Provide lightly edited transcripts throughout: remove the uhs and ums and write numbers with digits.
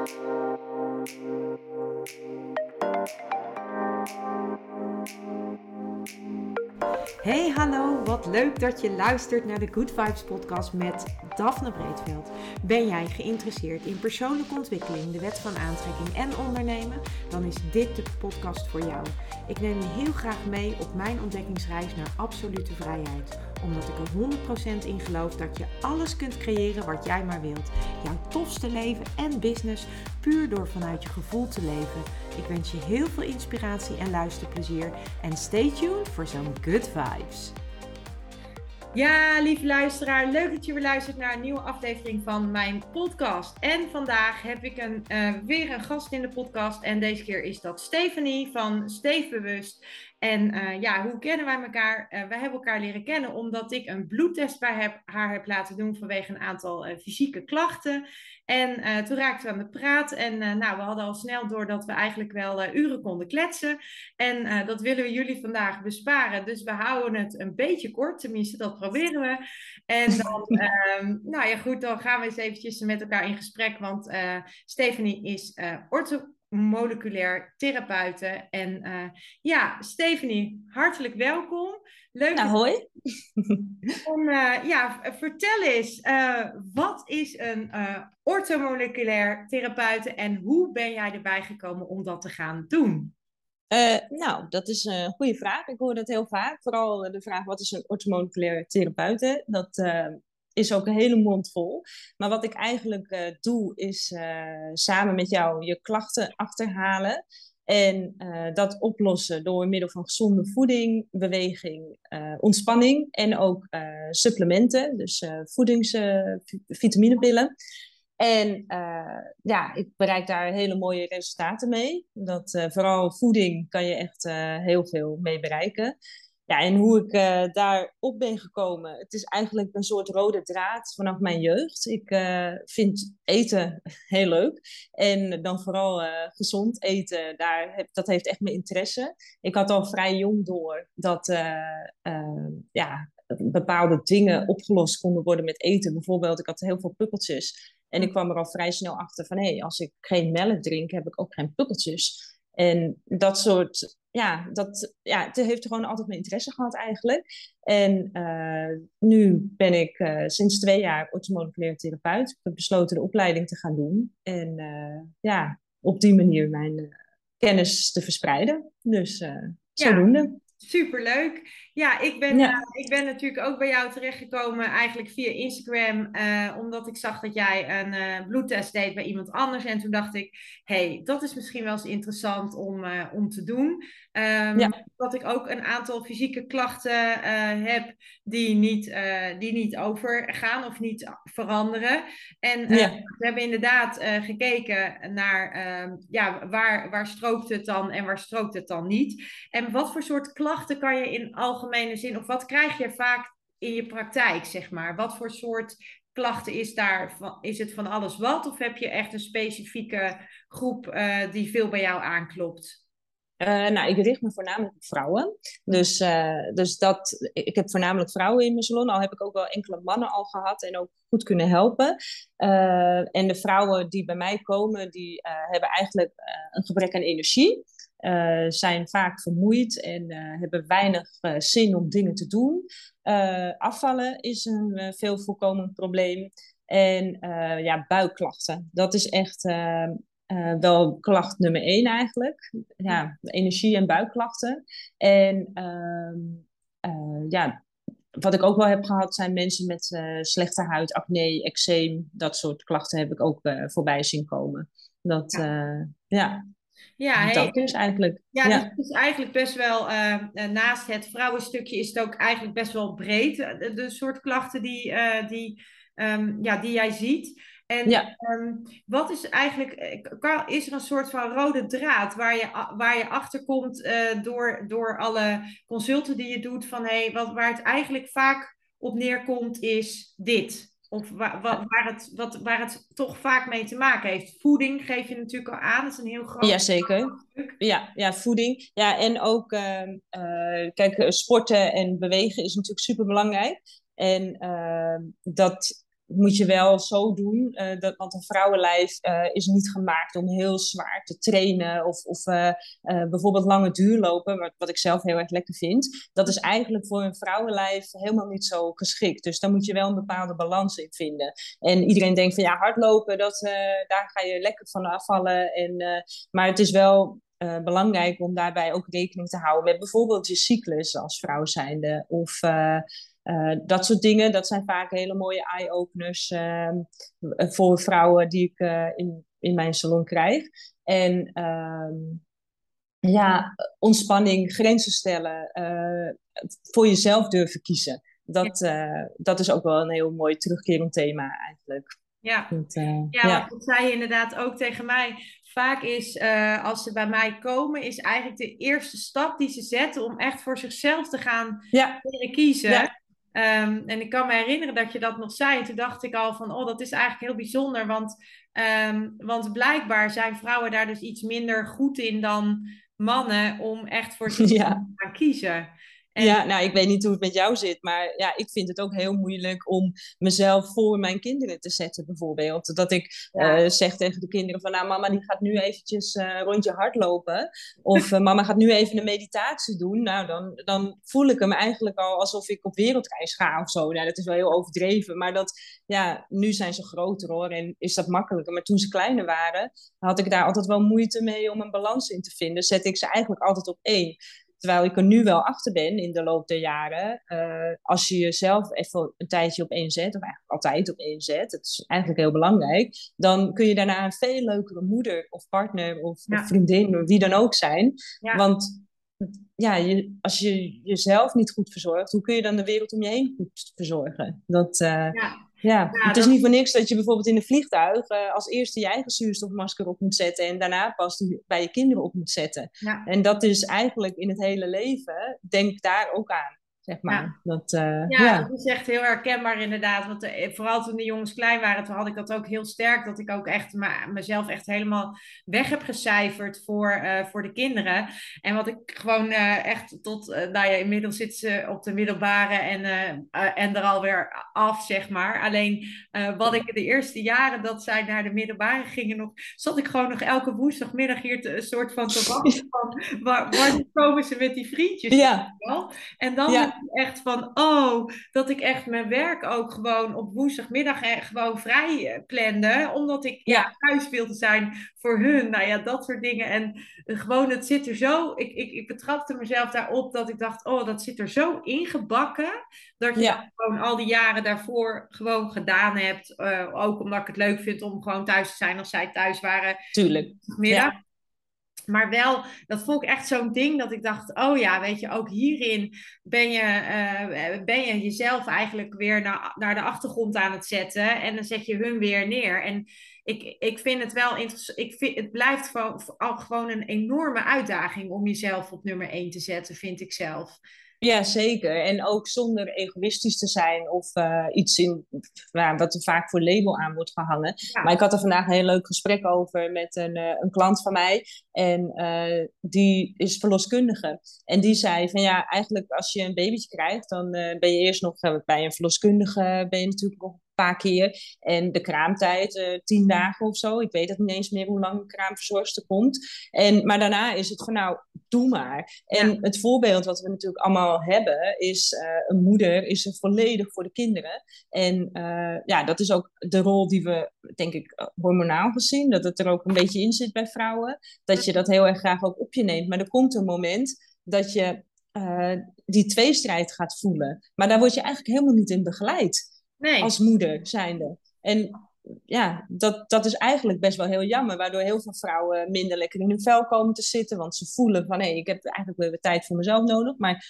Hey, hallo, wat leuk dat je luistert naar de Good Vibes podcast met Daphne Breedveld. Ben jij geïnteresseerd in persoonlijke ontwikkeling, de wet van aantrekking en ondernemen? Dan is dit de podcast voor jou. Ik neem je heel graag mee op mijn ontdekkingsreis naar absolute vrijheid. Omdat ik er 100% in geloof dat je alles kunt creëren wat jij maar wilt. Jouw tofste leven en business puur door vanuit je gevoel te leven. Ik wens je heel veel inspiratie en luisterplezier. En stay tuned voor zo'n good vibes. Ja, lieve luisteraar, leuk dat je weer luistert naar een nieuwe aflevering van mijn podcast. En vandaag heb ik weer een gast in de podcast. En deze keer is dat Stephanie van Steefbewust. En hoe kennen wij elkaar? Wij hebben elkaar leren kennen omdat ik een bloedtest bij haar heb laten doen vanwege een aantal fysieke klachten. En toen raakten we aan de praat en we hadden al snel door dat we eigenlijk wel uren konden kletsen. En dat willen we jullie vandaag besparen. Dus we houden het een beetje kort, tenminste dat proberen we. En dan, dan gaan we eens eventjes met elkaar in gesprek. Want Stephanie is orthomoleculair therapeute. En Stephanie, hartelijk welkom. Leuk. Nou, hoi. Vertel eens, wat is een orthomoleculair therapeute en hoe ben jij erbij gekomen om dat te gaan doen? Dat is een goede vraag. Ik hoor dat heel vaak. Vooral de vraag, wat is een orthomoleculair therapeute? Dat is ook een hele mond vol. Maar wat ik eigenlijk doe, is samen met jou je klachten achterhalen. En dat oplossen door middel van gezonde voeding, beweging, ontspanning en ook supplementen. Dus vitaminepillen. En ik bereik daar hele mooie resultaten mee. Vooral voeding kan je echt heel veel mee bereiken. Ja, en hoe ik daarop ben gekomen, het is eigenlijk een soort rode draad vanaf mijn jeugd. Ik vind eten heel leuk. En dan vooral gezond eten, dat heeft echt mijn interesse. Ik had al vrij jong door dat bepaalde dingen opgelost konden worden met eten. Bijvoorbeeld, ik had heel veel pukkeltjes. En ik kwam er al vrij snel achter van, als ik geen melk drink, heb ik ook geen pukkeltjes. En dat soort, het heeft gewoon altijd mijn interesse gehad eigenlijk. En nu ben ik sinds 2 jaar orthomoleculair therapeut. Ik heb besloten de opleiding te gaan doen. En op die manier mijn kennis te verspreiden. Dus zodoende. Superleuk. Ja, ik ben natuurlijk ook bij jou terechtgekomen eigenlijk via Instagram, omdat ik zag dat jij een bloedtest deed bij iemand anders. En toen dacht ik, dat is misschien wel eens interessant om te doen. Dat ik ook een aantal fysieke klachten heb die niet overgaan of niet veranderen. En we hebben inderdaad gekeken naar waar strookt het dan en waar strookt het dan niet. En wat voor soort klachten kan je in algemene zin, of wat krijg je vaak in je praktijk, zeg maar? Wat voor soort klachten is het van alles wat? Of heb je echt een specifieke groep die veel bij jou aanklopt? Ik richt me voornamelijk op vrouwen. Dus ik heb voornamelijk vrouwen in mijn salon. Al heb ik ook wel enkele mannen al gehad en ook goed kunnen helpen. En de vrouwen die bij mij komen, die hebben eigenlijk een gebrek aan energie. Zijn vaak vermoeid en hebben weinig zin om dingen te doen. Afvallen is een veel voorkomend probleem. En buikklachten. Dat is echt wel klacht nummer 1 eigenlijk. Ja, energie- en buikklachten. En wat ik ook wel heb gehad zijn mensen met slechte huid, acne, eczeem. Dat soort klachten heb ik ook voorbij zien komen. Dat is eigenlijk. Ja, dus het is eigenlijk best wel, naast het vrouwenstukje is het ook eigenlijk best wel breed. De soort klachten die jij ziet. En wat is eigenlijk, is er een soort van rode draad waar je achter komt door alle consulten die je doet van waar het eigenlijk vaak op neerkomt is dit? Of waar het toch vaak mee te maken heeft. Voeding geef je natuurlijk al aan. Dat is een heel groot... Ja, zeker. Ja, voeding. Ja, en ook sporten en bewegen is natuurlijk super belangrijk. En moet je wel zo doen, want een vrouwenlijf is niet gemaakt om heel zwaar te trainen of bijvoorbeeld lange duurlopen, wat ik zelf heel erg lekker vind. Dat is eigenlijk voor een vrouwenlijf helemaal niet zo geschikt. Dus daar moet je wel een bepaalde balans in vinden. En iedereen denkt van ja, hardlopen, daar ga je lekker van afvallen. Maar het is wel belangrijk om daarbij ook rekening te houden met bijvoorbeeld je cyclus als vrouw zijnde. Of dat soort dingen. Dat zijn vaak hele mooie eye-openers voor vrouwen die ik in mijn salon krijg. En ja, ontspanning, grenzen stellen, voor jezelf durven kiezen. Dat is ook wel een heel mooi terugkerend thema eigenlijk. Ja, Want, want dat zei je inderdaad ook tegen mij. Vaak is, als ze bij mij komen, is eigenlijk de eerste stap die ze zetten om echt voor zichzelf te gaan leren kiezen. Ja. En ik kan me herinneren dat je dat nog zei. Toen dacht ik al van, dat is eigenlijk heel bijzonder. Want blijkbaar zijn vrouwen daar dus iets minder goed in dan mannen om echt voor zichzelf te gaan kiezen. Ja, nou, ik weet niet hoe het met jou zit, maar ja, ik vind het ook heel moeilijk om mezelf voor mijn kinderen te zetten, bijvoorbeeld. Dat ik zeg tegen de kinderen van, nou, mama die gaat nu eventjes een rondje hardlopen. Of mama gaat nu even een meditatie doen. Nou, dan voel ik hem eigenlijk al alsof ik op wereldreis ga of zo. Nou, dat is wel heel overdreven, maar nu zijn ze groter hoor en is dat makkelijker. Maar toen ze kleiner waren, had ik daar altijd wel moeite mee om een balans in te vinden. Zette ik ze eigenlijk altijd op één. Terwijl ik er nu wel achter ben in de loop der jaren. Als je jezelf even een tijdje op één zet, of eigenlijk altijd op één zet, dat is eigenlijk heel belangrijk, dan kun je daarna een veel leukere moeder of partner of vriendin, of wie dan ook zijn. Ja. Want als je jezelf niet goed verzorgt, hoe kun je dan de wereld om je heen goed verzorgen? Het is niet voor niks dat je bijvoorbeeld in een vliegtuig als eerste je eigen zuurstofmasker op moet zetten en daarna pas bij je kinderen op moet zetten. Ja. En dat is eigenlijk in het hele leven, denk daar ook aan. Zeg maar. Dat is echt heel herkenbaar inderdaad. Want vooral toen de jongens klein waren, toen had ik dat ook heel sterk. Dat ik ook echt mezelf echt helemaal weg heb gecijferd voor de kinderen. En wat ik gewoon echt tot... inmiddels zit ze op de middelbare en er alweer af, zeg maar. Alleen wat ik de eerste jaren dat zij naar de middelbare gingen zat ik gewoon nog elke woensdagmiddag hier een soort van te wachten van... Waar komen ze met die vriendjes? Ja. En dan echt van, dat ik echt mijn werk ook gewoon op woensdagmiddag gewoon vrij plande. Omdat ik thuis wilde zijn voor hun. Nou ja, dat soort dingen. En gewoon, het zit er zo... Ik betrapte mezelf daarop dat ik dacht, dat zit er zo ingebakken. Dat je dat gewoon al die jaren daarvoor gewoon gedaan hebt. Ook omdat ik het leuk vind om gewoon thuis te zijn als zij thuis waren. Tuurlijk. Middag. Ja. Maar wel, dat vond ik echt zo'n ding dat ik dacht, weet je, ook hierin ben je jezelf eigenlijk weer naar de achtergrond aan het zetten. En dan zet je hun weer neer. En ik vind het wel interessant. Het blijft gewoon een enorme uitdaging om jezelf op nummer 1 te zetten, vind ik zelf. Ja, zeker. En ook zonder egoïstisch te zijn of iets wat er vaak voor label aan wordt gehangen. Ja. Maar ik had er vandaag een heel leuk gesprek over met een klant van mij. En die is verloskundige. En die zei van eigenlijk als je een babytje krijgt, dan ben je eerst nog bij een verloskundige, ben je natuurlijk nog een paar keer. En de kraamtijd, 10 dagen of zo. Ik weet het niet eens meer hoe lang een kraamverzorgster komt. Maar daarna is het gewoon, doe maar. En het voorbeeld wat we natuurlijk allemaal hebben, is een moeder is er volledig voor de kinderen. En dat is ook de rol die we, denk ik, hormonaal gezien, dat het er ook een beetje in zit bij vrouwen. Dat je dat heel erg graag ook op je neemt. Maar er komt een moment dat je die tweestrijd gaat voelen. Maar daar word je eigenlijk helemaal niet in begeleid. Nee. Als moeder zijnde. En dat is eigenlijk best wel heel jammer. Waardoor heel veel vrouwen minder lekker in hun vel komen te zitten. Want ze voelen van, ik heb eigenlijk weer tijd voor mezelf nodig. Maar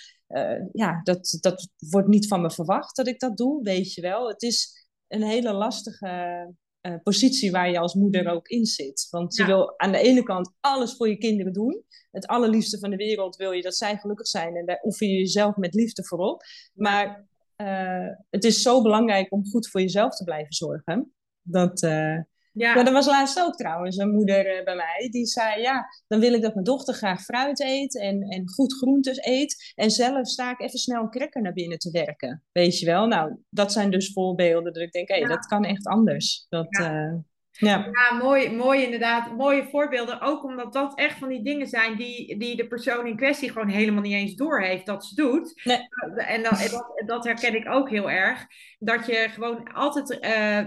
dat wordt niet van me verwacht dat ik dat doe, weet je wel. Het is een hele lastige positie waar je als moeder ook in zit. Want je wil aan de ene kant alles voor je kinderen doen. Het allerliefste van de wereld wil je dat zij gelukkig zijn. En daar offer je jezelf met liefde voorop. Maar het is zo belangrijk om goed voor jezelf te blijven zorgen. Ja, dat was laatst ook trouwens een moeder bij mij. Die zei, ja, dan wil ik dat mijn dochter graag fruit eet en goed groentes eet. En zelf sta ik even snel een cracker naar binnen te werken. Weet je wel? Nou, dat zijn dus voorbeelden dat ik denk, hé, dat kan echt anders. ja. Ja. Ja, mooi, mooi inderdaad. Mooie voorbeelden. Ook omdat dat echt van die dingen zijn die de persoon in kwestie gewoon helemaal niet eens doorheeft dat ze doet. Nee. En dat herken ik ook heel erg. Dat je gewoon altijd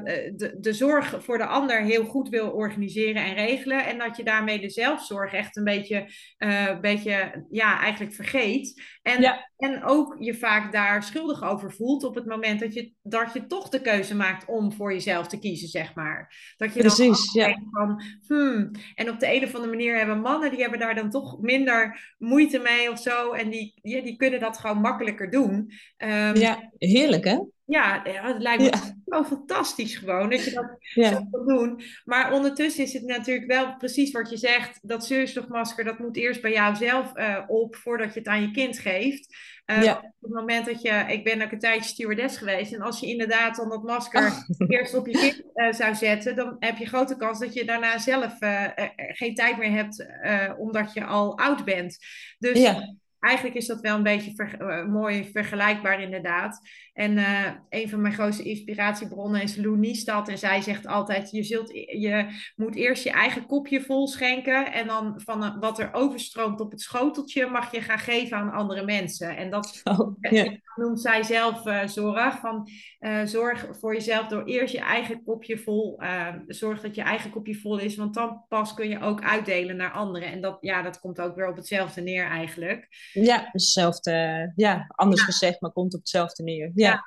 de zorg voor de ander heel goed wil organiseren en regelen. En dat je daarmee de zelfzorg echt een beetje ja, eigenlijk vergeet. Ja, En ook je vaak daar schuldig over voelt op het moment dat je toch de keuze maakt om voor jezelf te kiezen, zeg maar. Dat je dan precies. Ja. denkt van, en op de een of andere manier hebben mannen, die hebben daar dan toch minder moeite mee of zo. En die kunnen dat gewoon makkelijker doen. Um, Ja, heerlijk hè? ja, het lijkt me Ja. zo fantastisch gewoon dat je dat zo Ja. kan doen. Maar ondertussen is het natuurlijk wel precies wat je zegt. Dat zuurstofmasker, dat moet eerst bij jou zelf op voordat je het aan je kind geeft. Ja. Op het moment ik ben ook een tijdje stewardess geweest. En als je inderdaad dan dat masker Oh. eerst op je kind zou zetten, dan heb je grote kans dat je daarna zelf geen tijd meer hebt, omdat je al oud bent. Dus Ja. eigenlijk is dat wel een beetje mooi vergelijkbaar inderdaad. En een van mijn grootste inspiratiebronnen is Lou Niestad. En zij zegt altijd, je moet eerst je eigen kopje vol schenken. En dan van wat er overstroomt op het schoteltje mag je gaan geven aan andere mensen. En dat Oh, ja. noemt zij zelf zorg. Zorg voor jezelf door eerst je eigen kopje vol. Zorg dat je eigen kopje vol is. Want dan pas kun je ook uitdelen naar anderen. En dat komt ook weer op hetzelfde neer eigenlijk. Ja, hetzelfde. Ja, anders gezegd, maar komt op hetzelfde neer. Ja.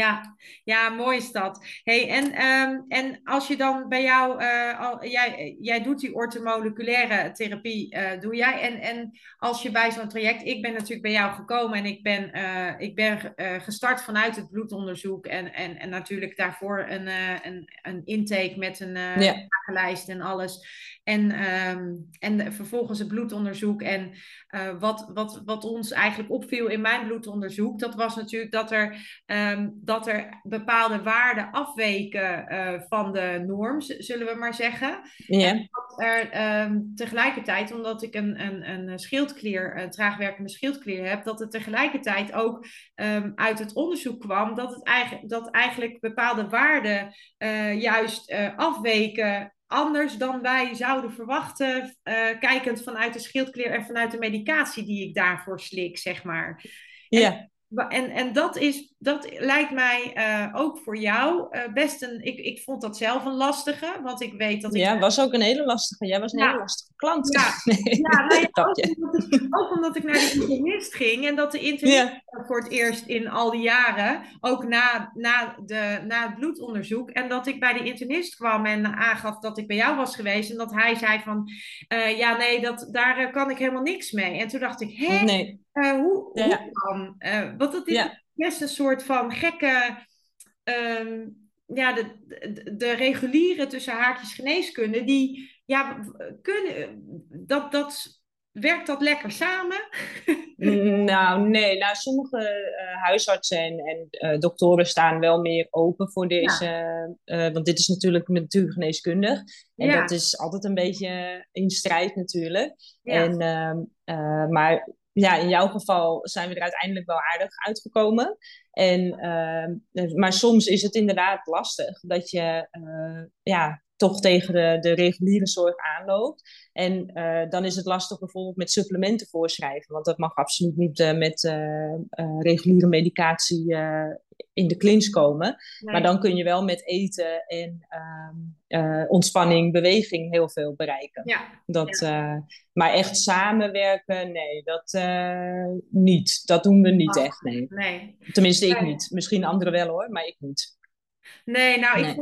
Ja, mooi is dat. Hey, en als je dan bij jou, jij doet die orthomoleculaire therapie, doe jij. En als je bij zo'n traject, ik ben natuurlijk bij jou gekomen en ik ben gestart vanuit het bloedonderzoek en natuurlijk daarvoor een intake met een Ja. vragenlijst en alles. En vervolgens het bloedonderzoek. En wat ons eigenlijk opviel in mijn bloedonderzoek, dat was natuurlijk dat er bepaalde waarden afweken van de norm, zullen we maar zeggen. En Ja. dat er tegelijkertijd, omdat ik een schildklier, een traagwerkende schildklier heb, dat het tegelijkertijd ook uit het onderzoek kwam dat eigenlijk bepaalde waarden juist afweken anders dan wij zouden verwachten, kijkend vanuit de schildklier en vanuit de medicatie die ik daarvoor slik, zeg maar. En Ja. en dat lijkt mij ook voor jou best ik vond dat zelf een lastige, want ik weet dat ik. Ja, was ook een hele lastige. Jij was een hele Ja, lastige klant. ja, Nee, ja, nou ja, grapje. ook omdat ik naar de internist ging en dat de internist Ja. voor het eerst in al die jaren, ook na het bloedonderzoek, en dat ik bij de internist kwam en aangaf dat ik bij jou was geweest en dat hij zei van, ja nee, daar kan ik helemaal niks mee. En toen dacht ik, hè, Nee. hoe Ja. dan? Want dat is Ja. best een soort van gekke, ehm, ja, de reguliere tussen haakjes geneeskunde, die, ja, kunnen, werkt dat lekker samen? Nou, nee. Nou, sommige huisartsen en doktoren staan wel meer open voor deze. Ja, Want dit is natuurlijk natuurgeneeskundig. En dat ja, is altijd een beetje in strijd natuurlijk. ja, Maar ja, in jouw geval zijn we er uiteindelijk wel aardig uitgekomen. Maar soms is het inderdaad lastig dat je ja, toch tegen de reguliere zorg aanloopt. En dan is het lastig bijvoorbeeld met supplementen voorschrijven. Want dat mag absoluut niet met reguliere medicatie in de klins komen. Maar nee, dan kun je wel met eten en ontspanning, beweging heel veel bereiken. ja, Dat, ja. maar echt samenwerken, nee, dat niet. Dat doen we niet echt, nee. Nee. Tenminste, ik Nee. niet. Misschien anderen wel hoor, maar ik niet. Nee, nou, Nee.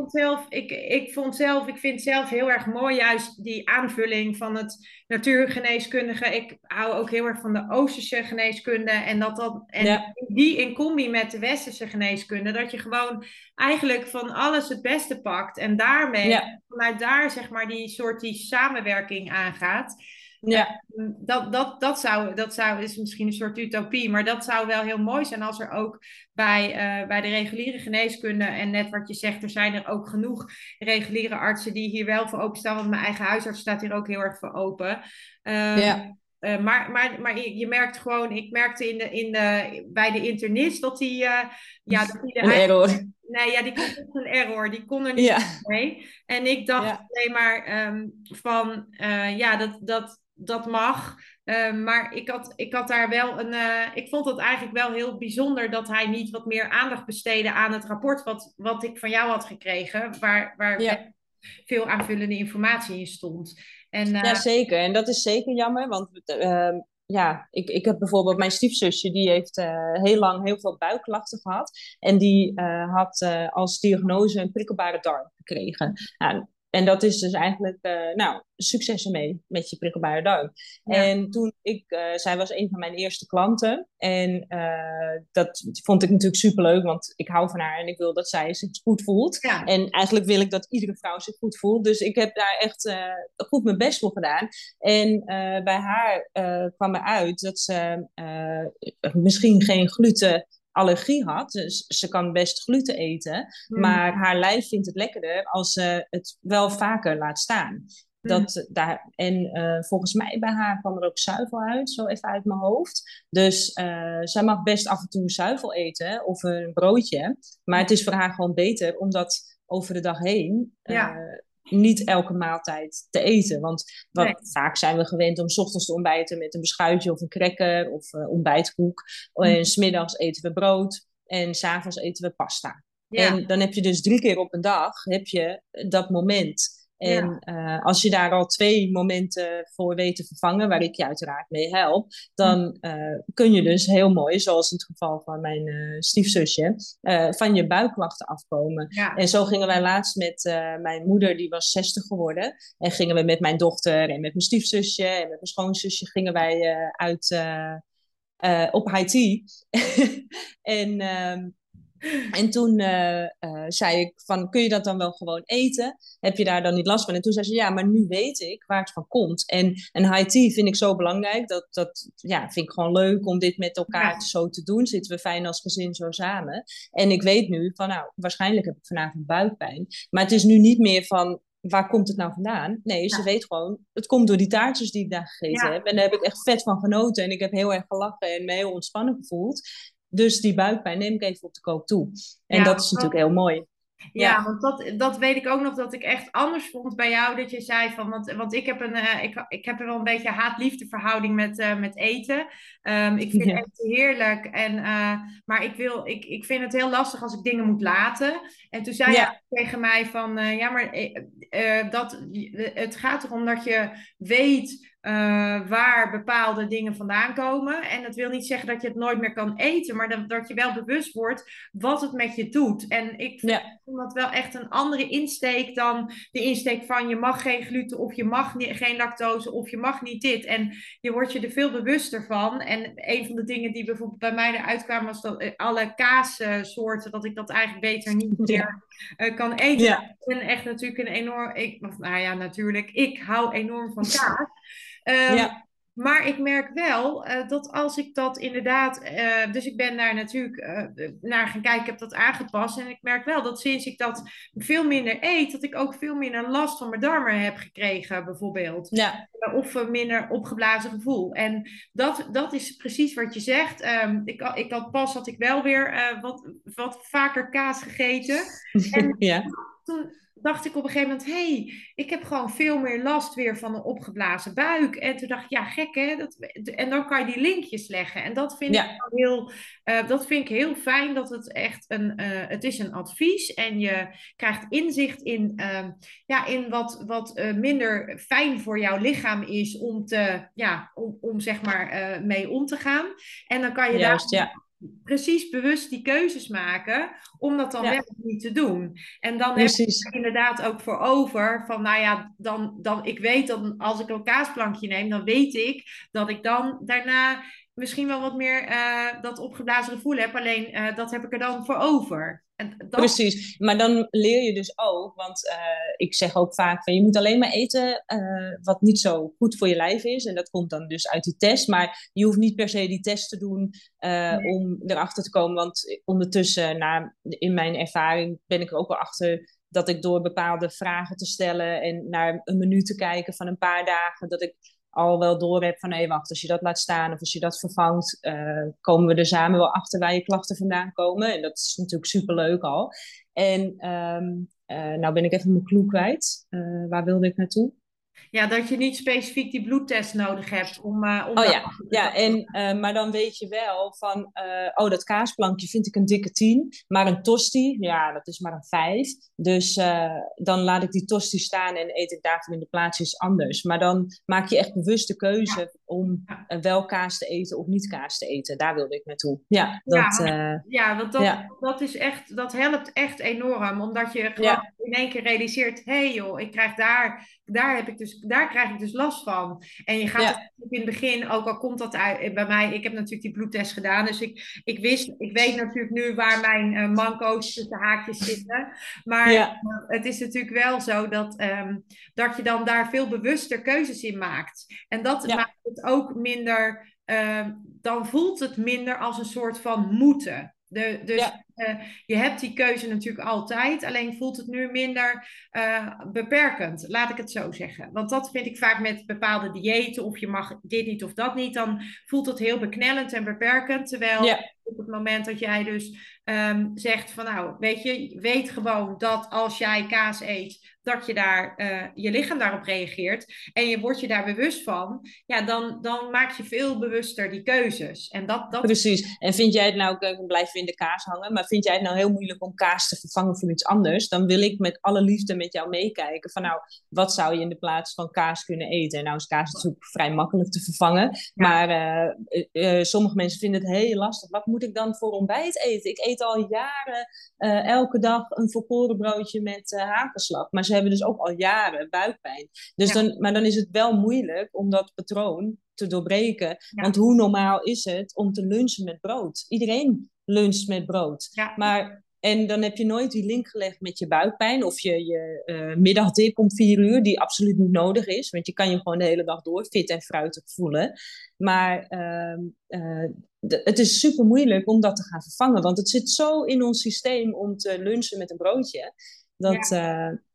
ik vind zelf heel erg mooi juist die aanvulling van het natuurgeneeskundige. Ik hou ook heel erg van de Oosterse geneeskunde en Ja, die in combi met de Westerse geneeskunde, dat je gewoon eigenlijk van alles het beste pakt en ja, vanuit daar zeg maar die samenwerking aangaat. Ja. Dat is misschien een soort utopie, maar dat zou wel heel mooi zijn als er ook bij de reguliere geneeskunde, en net wat je zegt, er zijn er ook genoeg reguliere artsen die hier wel voor openstaan, want mijn eigen huisarts staat hier ook heel erg voor open. Ja. Maar je merkt gewoon, ik merkte bij de internist dat dat die er Een eigenlijk. error. Nee, ja, die kon echt een error. Die kon er niet Ja. mee. En ik dacht Ja. alleen maar dat mag. Maar ik had daar wel ik vond het eigenlijk wel heel bijzonder dat hij niet wat meer aandacht besteedde aan het rapport wat ik van jou had gekregen, waar best Ja. veel aanvullende informatie in stond. En Ja, zeker. En dat is zeker jammer, want ik heb bijvoorbeeld mijn stiefzusje, die heeft heel lang heel veel buikklachten gehad. En die had als diagnose een prikkelbare darm gekregen. Nou, en dat is dus eigenlijk, succes ermee met je prikkelbare darm. ja, En zij was een van mijn eerste klanten. En dat vond ik natuurlijk superleuk, want ik hou van haar en ik wil dat zij zich goed voelt. ja, En eigenlijk wil ik dat iedere vrouw zich goed voelt. Dus ik heb daar echt goed mijn best voor gedaan. En bij haar kwam eruit dat ze misschien geen glutenallergie had. Dus ze kan best gluten eten. mm, Maar haar lijf vindt het lekkerder als ze het wel vaker laat staan. mm, Volgens mij bij haar kwam er ook zuivel uit, zo even uit mijn hoofd. Dus zij mag best af en toe zuivel eten of een broodje. Maar het is voor haar gewoon beter om dat over de dag heen ja, niet elke maaltijd te eten. Want nee, vaak zijn we gewend om 's ochtends te ontbijten met een beschuitje of een cracker of ontbijtkoek. mm, En 's middags eten we brood en 's avonds eten we pasta. ja, En dan heb je dus 3 keer op een dag heb je dat moment. En ja, als je daar al 2 momenten voor weet te vervangen, waar ik je uiteraard mee help, mm, dan kun je dus heel mooi, zoals in het geval van mijn stiefzusje, van je buikklachten afkomen. ja, En zo gingen wij laatst met mijn moeder, die was 60 geworden. En gingen we met mijn dochter en met mijn stiefzusje en met mijn schoonzusje gingen wij op high tea. en en toen zei ik van, kun je dat dan wel gewoon eten? Heb je daar dan niet last van? En toen zei ze, ja, maar nu weet ik waar het van komt. En high tea vind ik zo belangrijk. Dat vind ik gewoon leuk om dit met elkaar ja, zo te doen. Zitten we fijn als gezin zo samen. En ik weet nu van, nou, waarschijnlijk heb ik vanavond buikpijn. Maar het is nu niet meer van, waar komt het nou vandaan? Nee, ze ja, weet gewoon, het komt door die taartjes die ik daar gegeten ja, heb. En daar heb ik echt vet van genoten. En ik heb heel erg gelachen en me heel ontspannen gevoeld. Dus die buikpijn neem ik even op de koop toe. En ja. dat is natuurlijk heel mooi. Ja, Ja. want dat weet ik ook nog dat ik echt anders vond bij jou. Dat je zei van, want ik heb ik heb er wel een beetje haat-liefde verhouding met eten. Ik vind Ja. eten heerlijk. Maar ik vind het heel lastig als ik dingen moet laten. En toen zei jij Ja. tegen mij van, het gaat erom dat je weet waar bepaalde dingen vandaan komen. En dat wil niet zeggen dat je het nooit meer kan eten, maar dat je wel bewust wordt wat het met je doet. En Ja. vond dat wel echt een andere insteek dan de insteek van je mag geen gluten of je mag geen lactose of je mag niet dit. En je wordt je er veel bewuster van. En een van de dingen die bijvoorbeeld bij mij eruit kwamen was dat alle kaassoorten, dat ik dat eigenlijk beter niet Ja. meer kan eten. Nou, Ja. ik ben echt natuurlijk natuurlijk, ik hou enorm van kaas. Ehm, Ja. maar ik merk wel dat als ik dat inderdaad. Dus ik ben daar natuurlijk naar gaan kijken, ik heb dat aangepast. En ik merk wel dat sinds ik dat veel minder eet, dat ik ook veel minder last van mijn darmen heb gekregen, bijvoorbeeld. Ja. Of een minder opgeblazen gevoel. En dat is precies wat je zegt. Had ik wel weer wat vaker kaas gegeten. En Ja. toen dacht ik op een gegeven moment, ik heb gewoon veel meer last weer van een opgeblazen buik. En toen dacht ik, ja, gek hè. En dan kan je die linkjes leggen. En dat vind ik Ja. dat vind ik heel fijn, dat het echt het is een advies. En je krijgt inzicht in wat minder fijn voor jouw lichaam is om zeg maar mee om te gaan. En dan kan je daar Juist. Ja. precies bewust die keuzes maken om dat dan wel Ja. niet te doen. En dan heb je Precies. er inderdaad ook voor over van, nou ja, dan ik weet dat als ik een kaasplankje neem, dan weet ik dat ik dan daarna misschien wel wat meer dat opgeblazen gevoel heb. Alleen dat heb ik er dan voor over. En dat, Precies, maar dan leer je dus ook, want ik zeg ook vaak van je moet alleen maar eten wat niet zo goed voor je lijf is. En dat komt dan dus uit die test, maar je hoeft niet per se die test te doen om erachter te komen. Want ondertussen, in mijn ervaring, ben ik er ook wel achter dat ik door bepaalde vragen te stellen en naar een menu te kijken van een paar dagen, dat ik al wel door heb van hé, wacht, als je dat laat staan of als je dat vervangt, komen we er samen wel achter waar je klachten vandaan komen. En dat is natuurlijk superleuk al. En nou ben ik even mijn clue kwijt. Waar wilde ik naartoe? ja, dat je niet specifiek die bloedtest nodig hebt om Oh ja, daarachter te ja komen. maar dan weet je wel van, oh, dat kaasplankje vind ik een dikke 10, maar een tosti, ja, dat is maar een 5. Dus dan laat ik die tosti staan en eet ik daarvoor in de plaats iets anders. Maar dan maak je echt bewust de Ja, keuze om ja. wel kaas te eten of niet kaas te eten. Daar wilde ik naartoe. Ja, Ja, dat, want ja, dat is echt, dat helpt echt enorm. Omdat je gewoon ja, in één keer realiseert, hé hey joh, ik krijg daar krijg ik dus last van. En je gaat het ja, in het begin, ook al komt dat uit bij mij, ik heb natuurlijk die bloedtest gedaan. Dus ik weet natuurlijk nu waar mijn manco's tussen haakjes zitten. Maar ja, het is natuurlijk wel zo dat je dan daar veel bewuster keuzes in maakt. En dat ja, maakt het ook minder. Dan voelt het minder als een soort van moeten. Dus ja, je hebt die keuze natuurlijk altijd, alleen voelt het nu minder beperkend, laat ik het zo zeggen. Want dat vind ik vaak met bepaalde diëten, of je mag dit niet of dat niet, dan voelt het heel beknellend en beperkend. Terwijl ja. op het moment dat jij dus zegt van nou, weet je, weet gewoon dat als jij kaas eet, dat je lichaam daarop reageert en je wordt je daar bewust van, ja, dan maak je veel bewuster die keuzes. En dat is. Precies. En vind jij het nou, dan blijven we in de kaas hangen, maar vind jij het nou heel moeilijk om kaas te vervangen voor iets anders? Dan wil ik met alle liefde met jou meekijken van nou, wat zou je in de plaats van kaas kunnen eten? En nou is kaas natuurlijk vrij makkelijk te vervangen, Ja, maar sommige mensen vinden het heel lastig. Wat moet ik dan voor ontbijt eten? Ik eet al jaren elke dag een volkoren broodje met hagelslag, maar ze hebben dus ook al jaren buikpijn. Dus ja, maar dan is het wel moeilijk om dat patroon te doorbreken. Want ja, hoe normaal is het om te lunchen met brood? Iedereen luncht met brood. ja, En dan heb je nooit die link gelegd met je buikpijn of je middagdip om 4 uur, die absoluut niet nodig is. Want je kan je gewoon de hele dag door fit en fruitig voelen. Maar het is super moeilijk om dat te gaan vervangen. Want het zit zo in ons systeem om te lunchen met een broodje. Dat, ja.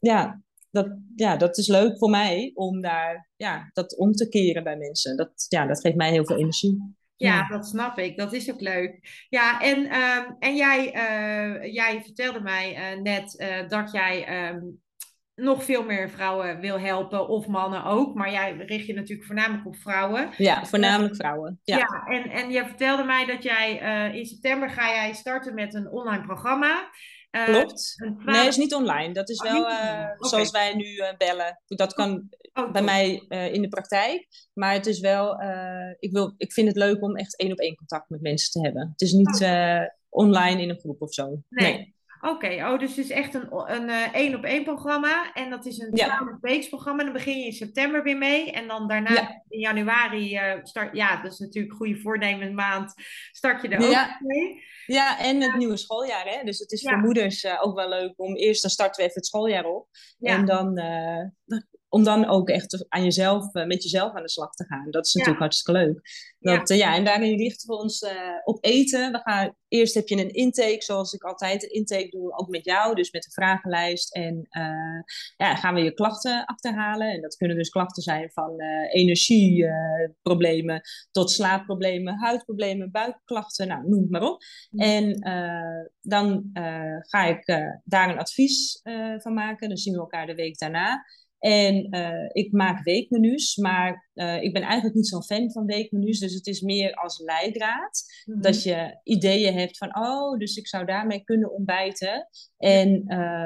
dat is leuk voor mij om dat om te keren bij mensen. Dat geeft mij heel veel energie. Ja, Ja, dat snap ik. Dat is ook leuk. Ja, en jij vertelde mij net dat jij nog veel meer vrouwen wil helpen, of mannen ook. Maar jij richt je natuurlijk voornamelijk op vrouwen. ja, voornamelijk vrouwen. Ja, Ja, en je vertelde mij dat jij in september ga jij starten met een online programma. klopt. Een Nee, 12. is niet online. Dat is Oh, wel niet online. Oké. zoals wij nu bellen. Dat kan Oh, bij top. mij in de praktijk. Maar het is wel, ik vind het leuk om echt 1-op-1 contact met mensen te hebben. Het is niet Oh, online in een groep of zo. nee. Nee. Oké, oh, dus het is echt een één op één programma. En dat is een Ja, 12 weeks programma. Dan begin je in september weer mee. En dan daarna ja, in januari start. Ja, dat is natuurlijk een goede voornemens maand. Start je er ook ja. mee. Ja, en het nieuwe schooljaar, hè? Dus het is voor Ja, moeders ook wel leuk om eerst, dan starten we even het schooljaar op. En ja, dan, om dan ook echt aan jezelf, met jezelf aan de slag te gaan. Dat is natuurlijk ja, hartstikke leuk. ja, En daarin richten we ons op eten. Eerst heb je een intake, zoals ik altijd een intake doe, ook met jou, dus met een vragenlijst. En gaan we je klachten achterhalen. En dat kunnen dus klachten zijn van energieproblemen tot slaapproblemen, huidproblemen, buikklachten, nou, noem het maar op. En dan ga ik daar een advies van maken. Dan zien we elkaar de week daarna. En ik maak weekmenu's, maar ik ben eigenlijk niet zo'n fan van weekmenu's. Dus het is meer als leidraad. mhm, Dat je ideeën hebt van, oh, dus ik zou daarmee kunnen ontbijten. ja, En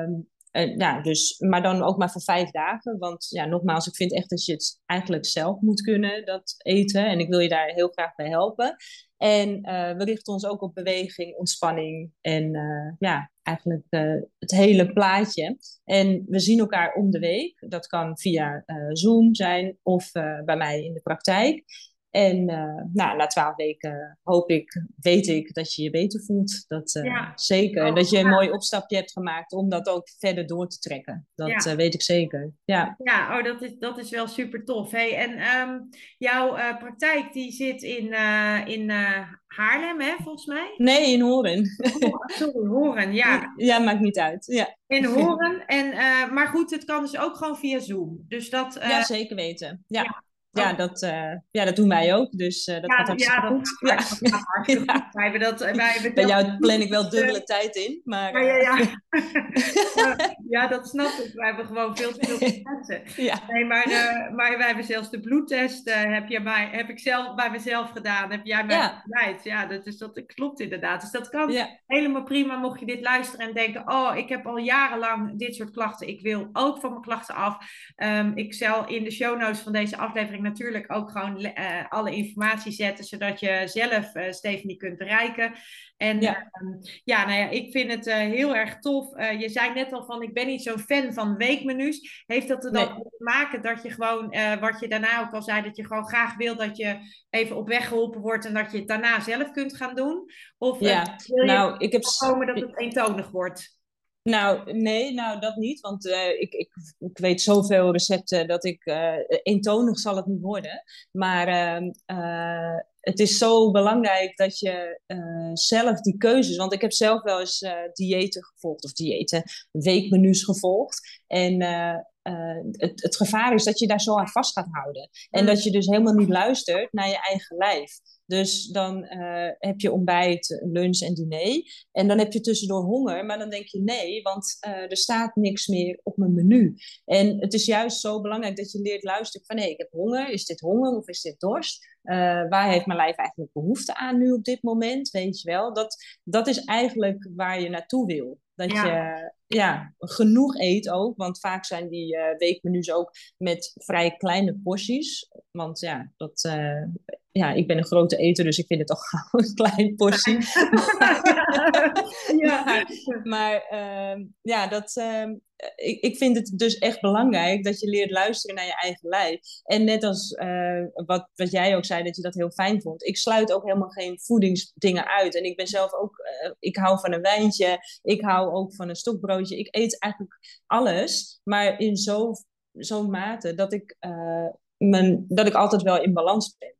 maar dan ook maar voor 5 dagen. Want ja, nogmaals, ik vind echt dat je het eigenlijk zelf moet kunnen, dat eten. En ik wil je daar heel graag bij helpen. En we richten ons ook op beweging, ontspanning en eigenlijk het hele plaatje. En we zien elkaar om de week. Dat kan via Zoom zijn of bij mij in de praktijk. En na 12 weken weet ik dat je je beter voelt. Dat zeker. En Oh, dat je een mooi opstapje hebt gemaakt om dat ook verder door te trekken. Dat ja. weet ik zeker. Ja. Ja, oh, dat is wel super tof. Hey, en jouw praktijk die zit in Haarlem, hè, volgens mij? Nee, in Horen. Oh, sorry, Horen, ja. Ja, maakt niet uit. Ja. In Horen. En, maar goed, het kan dus ook gewoon via Zoom. Dus dat, Ja, zeker weten. Ja. ja, Ja, ook, dat doen wij ook. Dus dat gaat ja, hartstikke dat goed. Ja. dat gaat hartstikke goed. Ja. Wij hebben Bij zelf jou plan ik wel dubbele tijd in. Maar ja, ja, ja. Ja, dat snap ik. Wij hebben gewoon veel te veel mensen. ja. Nee, maar wij hebben zelfs de bloedtest, heb ik zelf bij mezelf gedaan. Heb jij mij Ja. begeleid? Ja, dat klopt inderdaad. Dus dat kan Ja. helemaal prima mocht je dit luisteren en denken, oh, ik heb al jarenlang dit soort klachten. Ik wil ook van mijn klachten af. Ik zal in de show notes van deze aflevering natuurlijk ook gewoon alle informatie zetten, zodat je zelf Stephanie kunt bereiken. En Ja. ja, nou ja, ik vind het heel erg tof. Je zei net al van, ik ben niet zo'n fan van weekmenu's. Heeft dat er dan Nee. mee te maken dat je gewoon, wat je daarna ook al zei, dat je gewoon graag wil dat je even op weg geholpen wordt en dat je het daarna zelf kunt gaan doen? Of Ja. wil je Nou, ik heb... voorkomen dat het eentonig wordt? Nou, nee, dat niet. Want ik weet zoveel recepten dat ik... eentonig zal het niet worden. Maar het is zo belangrijk dat je zelf die keuzes... Want ik heb zelf wel eens diëten gevolgd. Of weekmenu's gevolgd. En het gevaar is dat je daar zo aan vast gaat houden. En dat je dus helemaal niet luistert naar je eigen lijf. Dus dan heb je ontbijt, lunch en diner. En dan heb je tussendoor honger. Maar dan denk je nee, want er staat niks meer op mijn menu. En het is juist zo belangrijk dat je leert luisteren van... ik heb honger. Is dit honger of is dit dorst? Waar heeft mijn lijf eigenlijk behoefte aan nu op dit moment? Weet je wel? Dat is eigenlijk waar je naartoe wil. Dat je genoeg eet ook. Want vaak zijn die weekmenu's ook met vrij kleine porties. Want ik ben een grote eter, dus ik vind het toch gauw een klein portie. Ik vind het dus echt belangrijk dat je leert luisteren naar je eigen lijf. En net als wat jij ook zei, dat je dat heel fijn vond. Ik sluit ook helemaal geen voedingsdingen uit. En ik ben zelf ook, ik hou van een wijntje. Ik hou ook van een stokbroodje. Ik eet eigenlijk alles, maar in zo'n mate dat ik altijd wel in balans ben.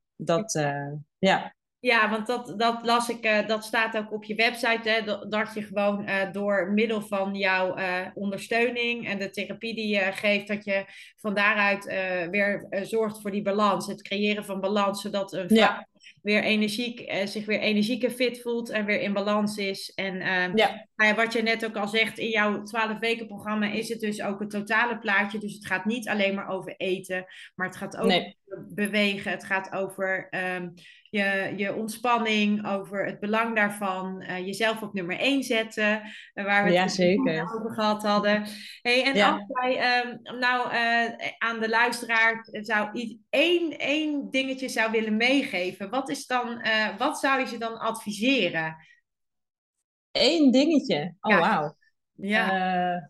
Ja, want dat las ik, dat staat ook op je website, hè, dat je gewoon door middel van jouw ondersteuning en de therapie die je geeft, dat je van daaruit weer zorgt voor die balans, het creëren van balans, zodat een vrouw weer zich weer energiek en fit voelt en weer in balans is. En wat je net ook al zegt, in jouw 12 weken programma is het dus ook een totale plaatje, dus het gaat niet alleen maar over eten, maar het gaat ook over bewegen, het gaat over... je ontspanning, over het belang daarvan, jezelf op nummer 1 zetten, waar we het zeker over gehad hadden. Hey, en als jij aan de luisteraar één dingetje zou willen meegeven, wat zou je ze dan adviseren? Eén dingetje? Oh, wauw. Ja.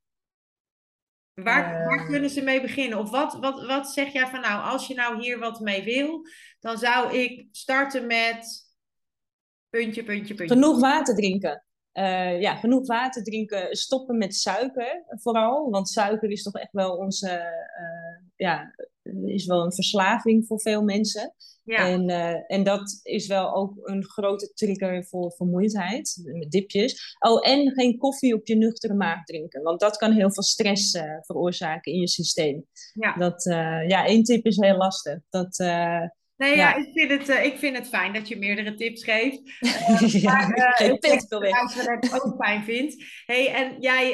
Waar kunnen ze mee beginnen? Of wat zeg jij van nou, als je nou hier wat mee wil, dan zou ik starten met puntje. Genoeg water drinken. Genoeg water drinken. Stoppen met suiker vooral. Want suiker is toch echt wel is wel een verslaving voor veel mensen. Ja. En dat is wel ook een grote trigger voor vermoeidheid, met dipjes. Oh, en geen koffie op je nuchtere maag drinken. Want dat kan heel veel stress veroorzaken in je systeem. Ja. 1 tip is heel lastig. Ik vind het fijn dat je meerdere tips geeft. Ik denk het wel weg. Dat ik ook fijn vind. Hey, en jij,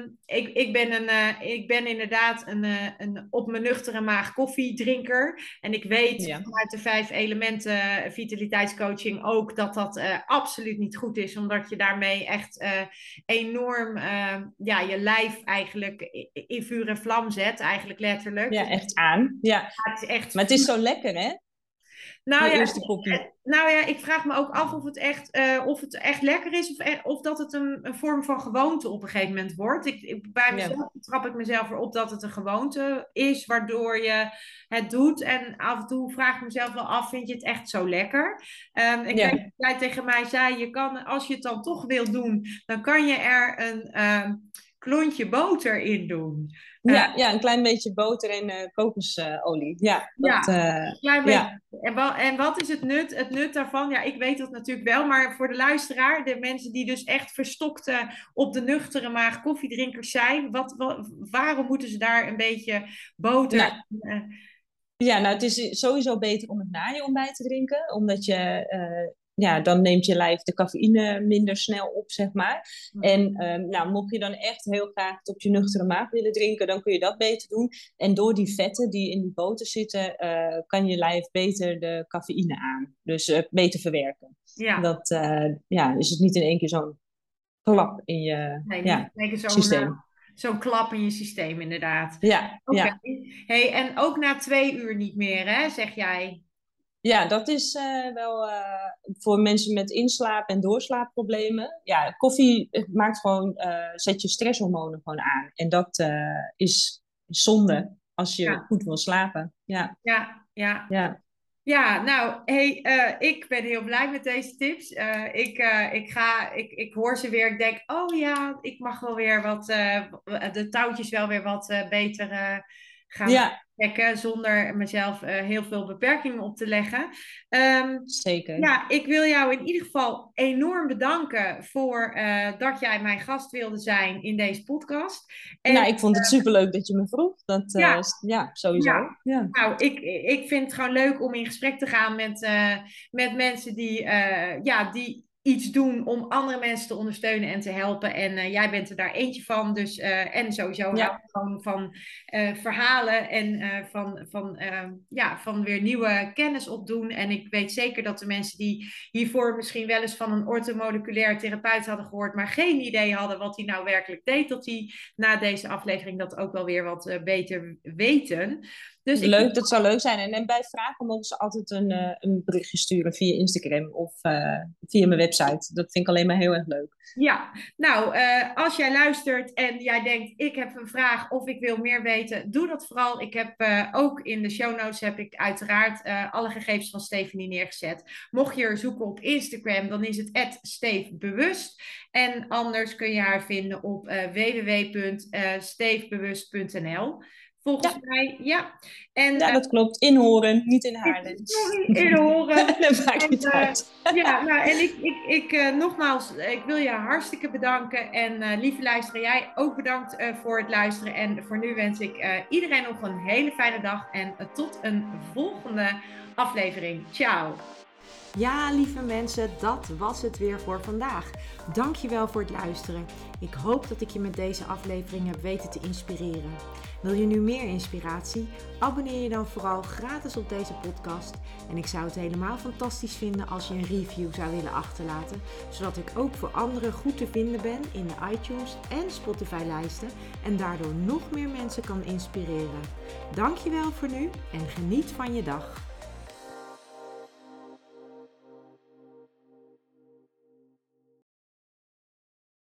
ik ben inderdaad een op mijn nuchtere maag koffiedrinker. En ik weet vanuit de 5 elementen vitaliteitscoaching ook dat absoluut niet goed is. Omdat je daarmee echt enorm je lijf eigenlijk in vuur en vlam zet. Eigenlijk letterlijk. Ja, echt aan. Ja. Het is echt... Maar het is zo lekker, hè? Nou je ja, eerste kopje. nou ja, ik vraag me ook af of het echt lekker is of dat het een vorm van gewoonte op een gegeven moment wordt. Bij Ja. mezelf trap ik mezelf erop dat het een gewoonte is, waardoor je het doet. En af en toe vraag ik mezelf wel af, vind je het echt zo lekker? Ik weet dat jij tegen mij zei, je kan, als je het dan toch wil doen, dan kan je er een klontje boter in doen. Ja, een klein beetje boter en kokosolie. Ja, dat, Ja, een klein ja. beetje. En wat is het nut? Het nut daarvan, ja, ik weet dat natuurlijk wel, maar voor de luisteraar, de mensen die dus echt verstokte op de nuchtere maag koffiedrinkers zijn, waarom moeten ze daar een beetje Nou, boter? nou, het is sowieso beter om het na je ontbijt te drinken, omdat dan neemt je lijf de cafeïne minder snel op, zeg maar. En nou, mocht je dan echt heel graag het op je nuchtere maag willen drinken, dan kun je dat beter doen. En door die vetten die in die boter zitten, kan je lijf beter de cafeïne aan. Dus beter verwerken. Ja. Dat is het niet in één keer zo'n klap in je systeem. Zo'n klap in je systeem, inderdaad. Ja, Oké. ja. Hey, en ook na 2 uur niet meer, hè, zeg jij? Ja, dat is wel voor mensen met inslaap- en doorslaapproblemen. Ja, koffie maakt gewoon, zet je stresshormonen gewoon aan. En dat is zonde als je goed wil slapen. Ja. Ja, nou, hey, ik ben heel blij met deze tips. Ik hoor ze weer. Ik denk, oh ja, ik mag wel weer de touwtjes wel weer wat beter gaan trekken. Zonder mezelf heel veel beperkingen op te leggen. Zeker. Ja, ik wil jou in ieder geval enorm bedanken voor dat jij mijn gast wilde zijn in deze podcast. Nou, ik vond het superleuk dat je me vroeg. Dat, sowieso. Ja. Nou, ik vind het gewoon leuk om in gesprek te gaan met mensen die iets doen om andere mensen te ondersteunen en te helpen. En jij bent er daar eentje van. Dus, en sowieso hou ik gewoon van verhalen en van weer nieuwe kennis opdoen. En ik weet zeker dat de mensen die hiervoor misschien wel eens van een orthomoleculair therapeut hadden gehoord, maar geen idee hadden wat hij nou werkelijk deed, dat die na deze aflevering dat ook wel weer wat beter weten. Dus leuk, dat zou leuk zijn. En bij vragen mogen ze altijd een berichtje sturen via Instagram of via mijn website. Dat vind ik alleen maar heel erg leuk. Ja, nou, als jij luistert en jij denkt, ik heb een vraag of ik wil meer weten, doe dat vooral. Ik heb ook in de show notes heb ik uiteraard alle gegevens van Stephanie neergezet. Mocht je er zoeken op Instagram, dan is het @steefbewust. En anders kun je haar vinden op www.steefbewust.nl. Volgens mij, ja. En, dat klopt. In Horen, niet in Haarlem. In Horen. Dat maakt niet uit. Nogmaals, ik wil je hartstikke bedanken. En lieve luisteraar, jij ook bedankt voor het luisteren. En voor nu wens ik iedereen nog een hele fijne dag. En tot een volgende aflevering. Ciao. Ja, lieve mensen, dat was het weer voor vandaag. Dankjewel voor het luisteren. Ik hoop dat ik je met deze aflevering heb weten te inspireren. Wil je nu meer inspiratie? Abonneer je dan vooral gratis op deze podcast. En ik zou het helemaal fantastisch vinden als je een review zou willen achterlaten, zodat ik ook voor anderen goed te vinden ben in de iTunes en Spotify-lijsten en daardoor nog meer mensen kan inspireren. Dankjewel voor nu en geniet van je dag.